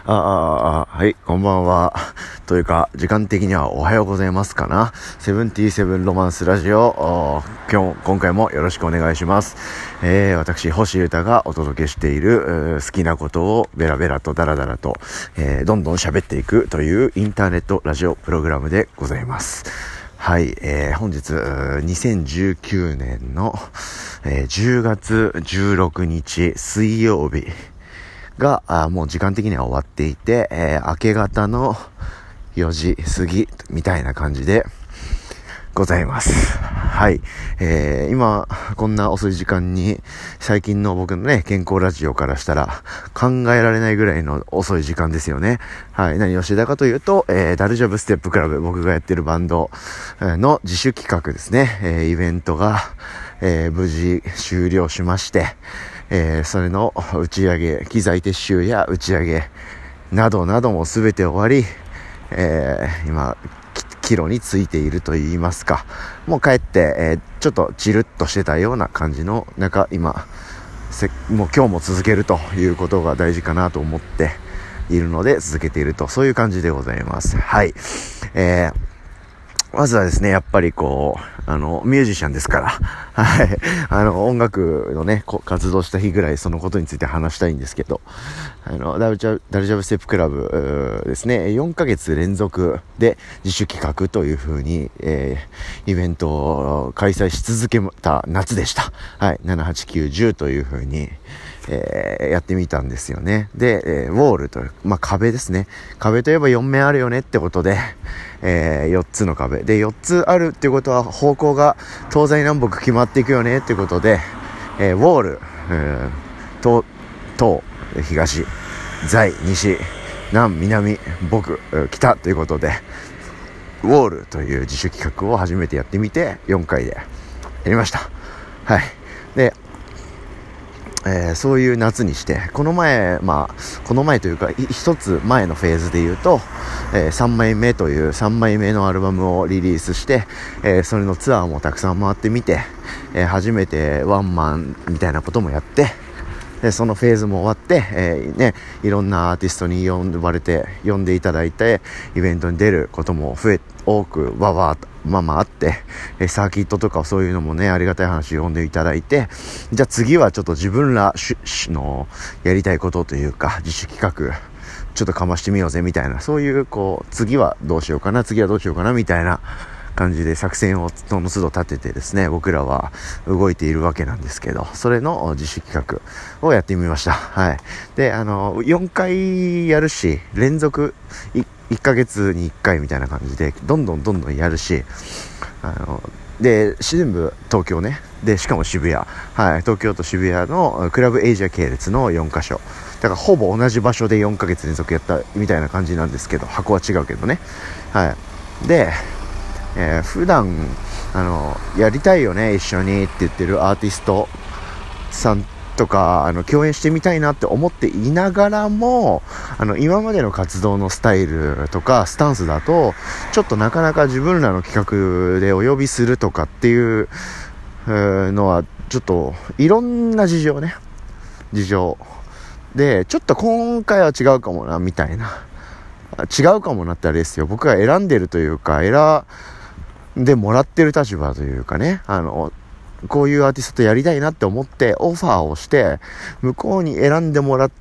はい、こんばんは。というか、時間的にはおはようございますかな。セブンティーセブンロマンスラジオ、今回もよろしくお願いします。私、星優がお届けしている、好きなことをベラベラとダラダラと、どんどん喋っていくというインターネットラジオプログラムでございます。はい、本日、2019年の、10月16日水曜日がもう時間的には終わっていて、明け方の4時過ぎみたいな感じでございます。はい、今こんな遅い時間に最近の僕のね健康ラジオからしたら考えられないぐらいの遅い時間ですよね。はい、何をしてたかというと、ダルジャブステップクラブ、僕がやってるバンドの自主企画ですね、イベントが、無事終了しまして、それの打ち上げ、機材撤収や打ち上げなどなどもすべて終わり、今帰路についていると言いますか、もう帰って、ちょっとチルッとしてたような感じの中、今もう今日も続けるということが大事かなと思っているので続けていると、そういう感じでございます。はい、まずはですね、やっぱりミュージシャンですから、はい、音楽のね、活動した日ぐらいそのことについて話したいんですけど、ダルジャブステップクラブですね、4ヶ月連続で自主企画という風に、イベントを開催し続けた夏でした。はい、7、8、9、10という風に、やってみたんですよね。で、ウォールという、壁ですね。壁といえば4面あるよねってことで、4つの壁で4つあるっていうことは方向が東西南北決まっていくよねっていうことで、ウォール、東、東、在、西、南、南、北、北ということでウォールという自主企画を初めてやってみて4回でやりました。はい。で、そういう夏にして、この前というか一つ前のフェーズで言うと、3枚目という3枚目のアルバムをリリースして、それのツアーもたくさん回ってみて、初めてワンマンみたいなこともやって、でそのフェーズも終わって、いろんなアーティストに呼んでいただいてイベントに出ることも多くあって、サーキットとかそういうのもね、ありがたい話呼んでいただいて、じゃあ次はちょっと自分らのやりたいことというか自主企画ちょっとかましてみようぜみたいな、そういう次はどうしようかなみたいな感じで作戦をその都度立ててですね、僕らは動いているわけなんですけど、それの自主企画をやってみました。はい。で、4回やるし、連続1ヶ月に1回みたいな感じでどんどんやるし、で全部東京ね、でしかも渋谷、はい、東京と渋谷のクラブエイジア系列の4カ所だからほぼ同じ場所で4ヶ月連続やったみたいな感じなんですけど、箱は違うけどね。はい。で、普段やりたいよね一緒にって言ってるアーティストさんとか共演してみたいなって思っていながらも、今までの活動のスタイルとかスタンスだとちょっとなかなか自分らの企画でお呼びするとかっていうのはちょっといろんな事情でちょっと今回は違うかもなみたいな、違うかもなってあれですよ、僕が選んでるというか選んでもらってる立場というかね、こういうアーティストとやりたいなって思ってオファーをして向こうに選んでもらって、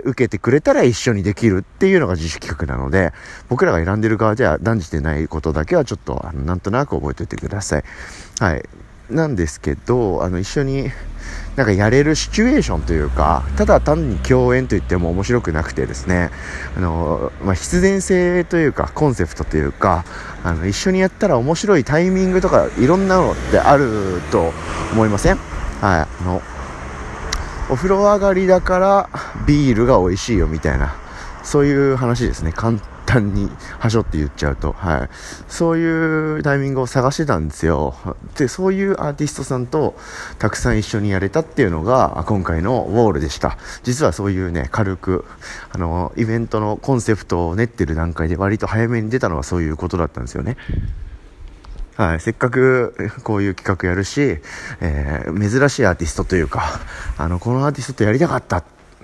受けてくれたら一緒にできるっていうのが自主企画なので、僕らが選んでる側では断じてないことだけはちょっとなんとなく覚えておいてください。はい。なんですけど一緒になんかやれるシチュエーションというか、ただ単に共演といっても面白くなくてですね、必然性というかコンセプトというか、一緒にやったら面白いタイミングとかいろんなのってあると思いません？はい。お風呂上がりだからビールが美味しいよみたいな、そういう話ですね。簡単にはしょって言っちゃうと、はい、そういうタイミングを探してたんですよ。でそういうアーティストさんとたくさん一緒にやれたっていうのが今回のウォールでした。実はそういうね、軽くイベントのコンセプトを練ってる段階で割と早めに出たのはそういうことだったんですよね。はい、せっかくこういう企画やるし、珍しいアーティストというかこのアーティストとやりたかったっ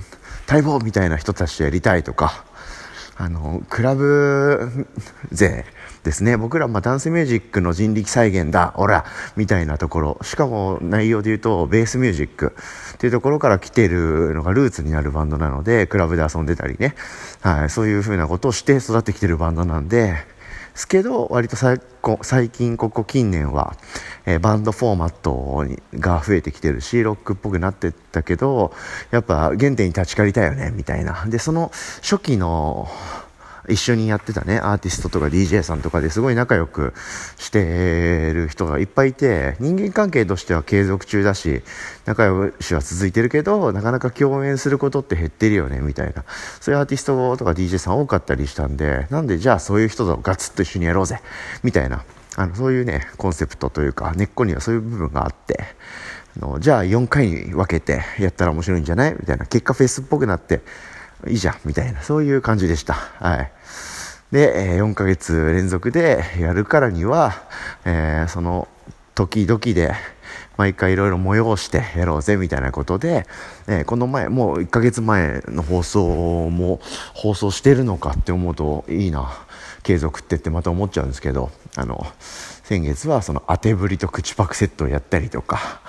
待望みたいな人たちとやりたいとか、クラブ勢ですね。僕らダンスミュージックの人力再現だオラみたいなところ、しかも内容で言うとベースミュージックっていうところから来てるのがルーツになるバンドなので、クラブで遊んでたりね、そういう風なことをして育ってきてるバンドなんですけど、割と最近ここ近年は、バンドフォーマットが増えてきてるし、ロックっぽくなってったけど、やっぱ原点に立ち返りたいよねみたいな。でその初期の一緒にやってたねアーティストとか DJ さんとかですごい仲良くしてる人がいっぱいいて、人間関係としては継続中だし仲良しは続いてるけど、なかなか共演することって減ってるよねみたいな、そういうアーティストとか DJ さん多かったりしたんで、なんでじゃあそういう人とガツッと一緒にやろうぜみたいな、そういうねコンセプトというか根っこにはそういう部分があって、じゃあ4回に分けてやったら面白いんじゃないみたいな、結果フェスっぽくなっていいじゃんみたいな、そういう感じでした。で、4ヶ月連続でやるからには、その時々で毎回いろいろ催してやろうぜみたいなことで、この前もう1ヶ月前の放送も放送してるのかって思うといいな、継続ってまた思っちゃうんですけど、先月はその当てぶりと口パクセットをやったりとか、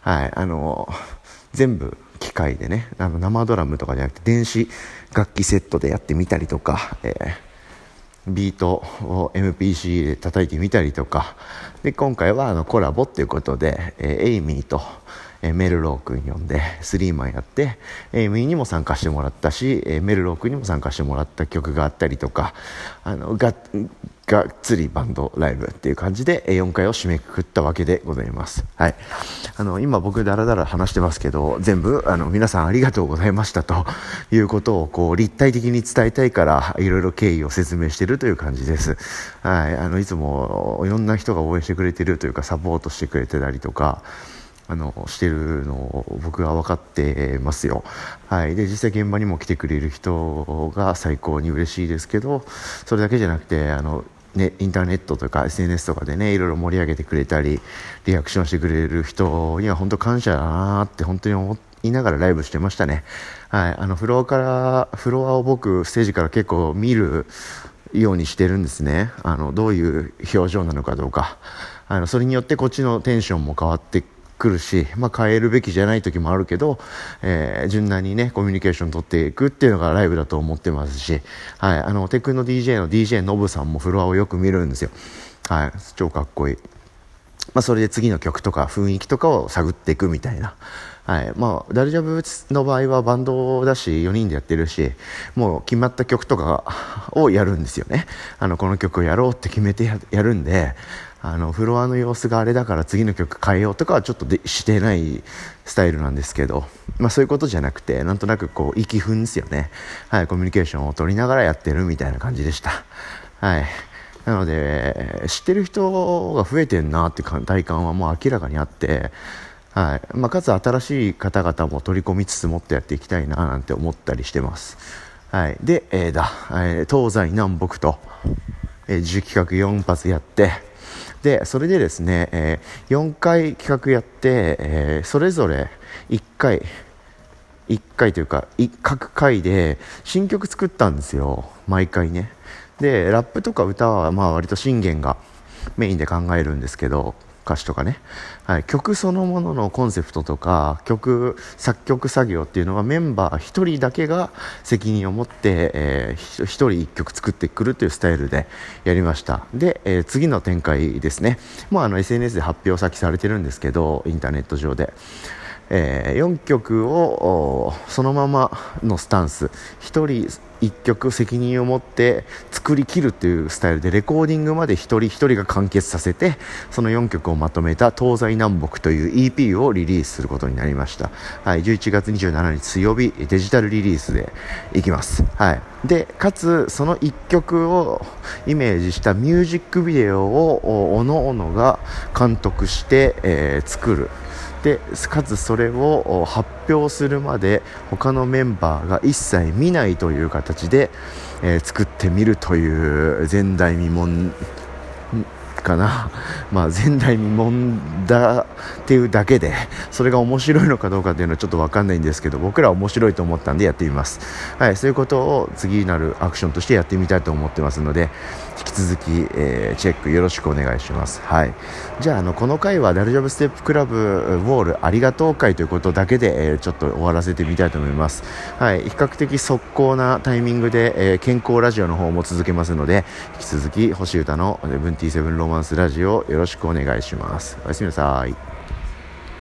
全部機械でね、生ドラムとかじゃなくて電子楽器セットでやってみたりとか、ビートを MPC で叩いてみたりとかで、今回はコラボっていうことで、エイミーとメルロー君呼んでスリーマンやって、エイミーにも参加してもらったし、メルロー君にも参加してもらった曲があったりとか、がっつりバンドライブっていう感じで4回を締めくくったわけでございます。今僕ダラダラ話してますけど、全部皆さんありがとうございましたということを立体的に伝えたいからいろいろ経緯を説明しているという感じです。いつもいろんな人が応援してくれているというかサポートしてくれてたりとかしてるのを僕は分かってますよ。で実際現場にも来てくれる人が最高に嬉しいですけど、それだけじゃなくてインターネットとか SNS とかでねいろいろ盛り上げてくれたりリアクションしてくれる人には本当感謝だなって本当に思いながらライブしてましたね。フロアを僕ステージから結構見るようにしてるんですね。どういう表情なのかどうか、それによってこっちのテンションも変わってくるし、変えるべきじゃない時もあるけど、柔軟にねコミュニケーション取っていくっていうのがライブだと思ってますし、テクノ DJ の DJ ノブさんもフロアをよく見るんですよ。超かっこいい。それで次の曲とか雰囲気とかを探っていくみたいな。ダルジャブの場合はバンドだし4人でやってるし、もう決まった曲とかをやるんですよね。この曲をやろうって決めてやるんで、フロアの様子があれだから次の曲変えようとかはちょっとしてないスタイルなんですけど、そういうことじゃなくてなんとなく息踏んですよね。コミュニケーションを取りながらやってるみたいな感じでした。なので知ってる人が増えてるなって体感はもう明らかにあって、かつ新しい方々も取り込みつつもっとやっていきたいななんて思ったりしてます。で、東西南北と、自主企画4発やって、でそれでですね、4回企画やって、それぞれ1回というか各回で新曲作ったんですよ、毎回ね。でラップとか歌は割と信玄がメインで考えるんですけど、歌詞とかね、曲そのもののコンセプトとか作曲作業っていうのはメンバー1人だけが責任を持って、1人1曲作ってくるというスタイルでやりました。で、次の展開ですね。もうSNS で発表先されてるんですけど、インターネット上で4曲をそのままのスタンス、1人1曲責任を持って作り切るというスタイルでレコーディングまで一人一人が完結させて、その4曲をまとめた東西南北という EP をリリースすることになりました。11月27日水曜日デジタルリリースでいきます。でかつその1曲をイメージしたミュージックビデオをおのおのが監督して、作る。でかつそれを発表するまで他のメンバーが一切見ないという形で、作ってみるという前代未聞かな。まあ前代未聞だっていうだけで、それが面白いのかどうかっていうのはちょっと分かんないんですけど、僕らは面白いと思ったんでやってみます。はい、そういうことを次なるアクションとしてやってみたいと思ってますので、引き続き、チェックよろしくお願いします。はい。じゃあ、この回はダルジャブステップクラブウォールありがとう会ということだけで、ちょっと終わらせてみたいと思います。はい。比較的速攻なタイミングで、健康ラジオの方も続けますので、引き続き星歌の77ロマンスラジオよろしくお願いします。おやすみなさい。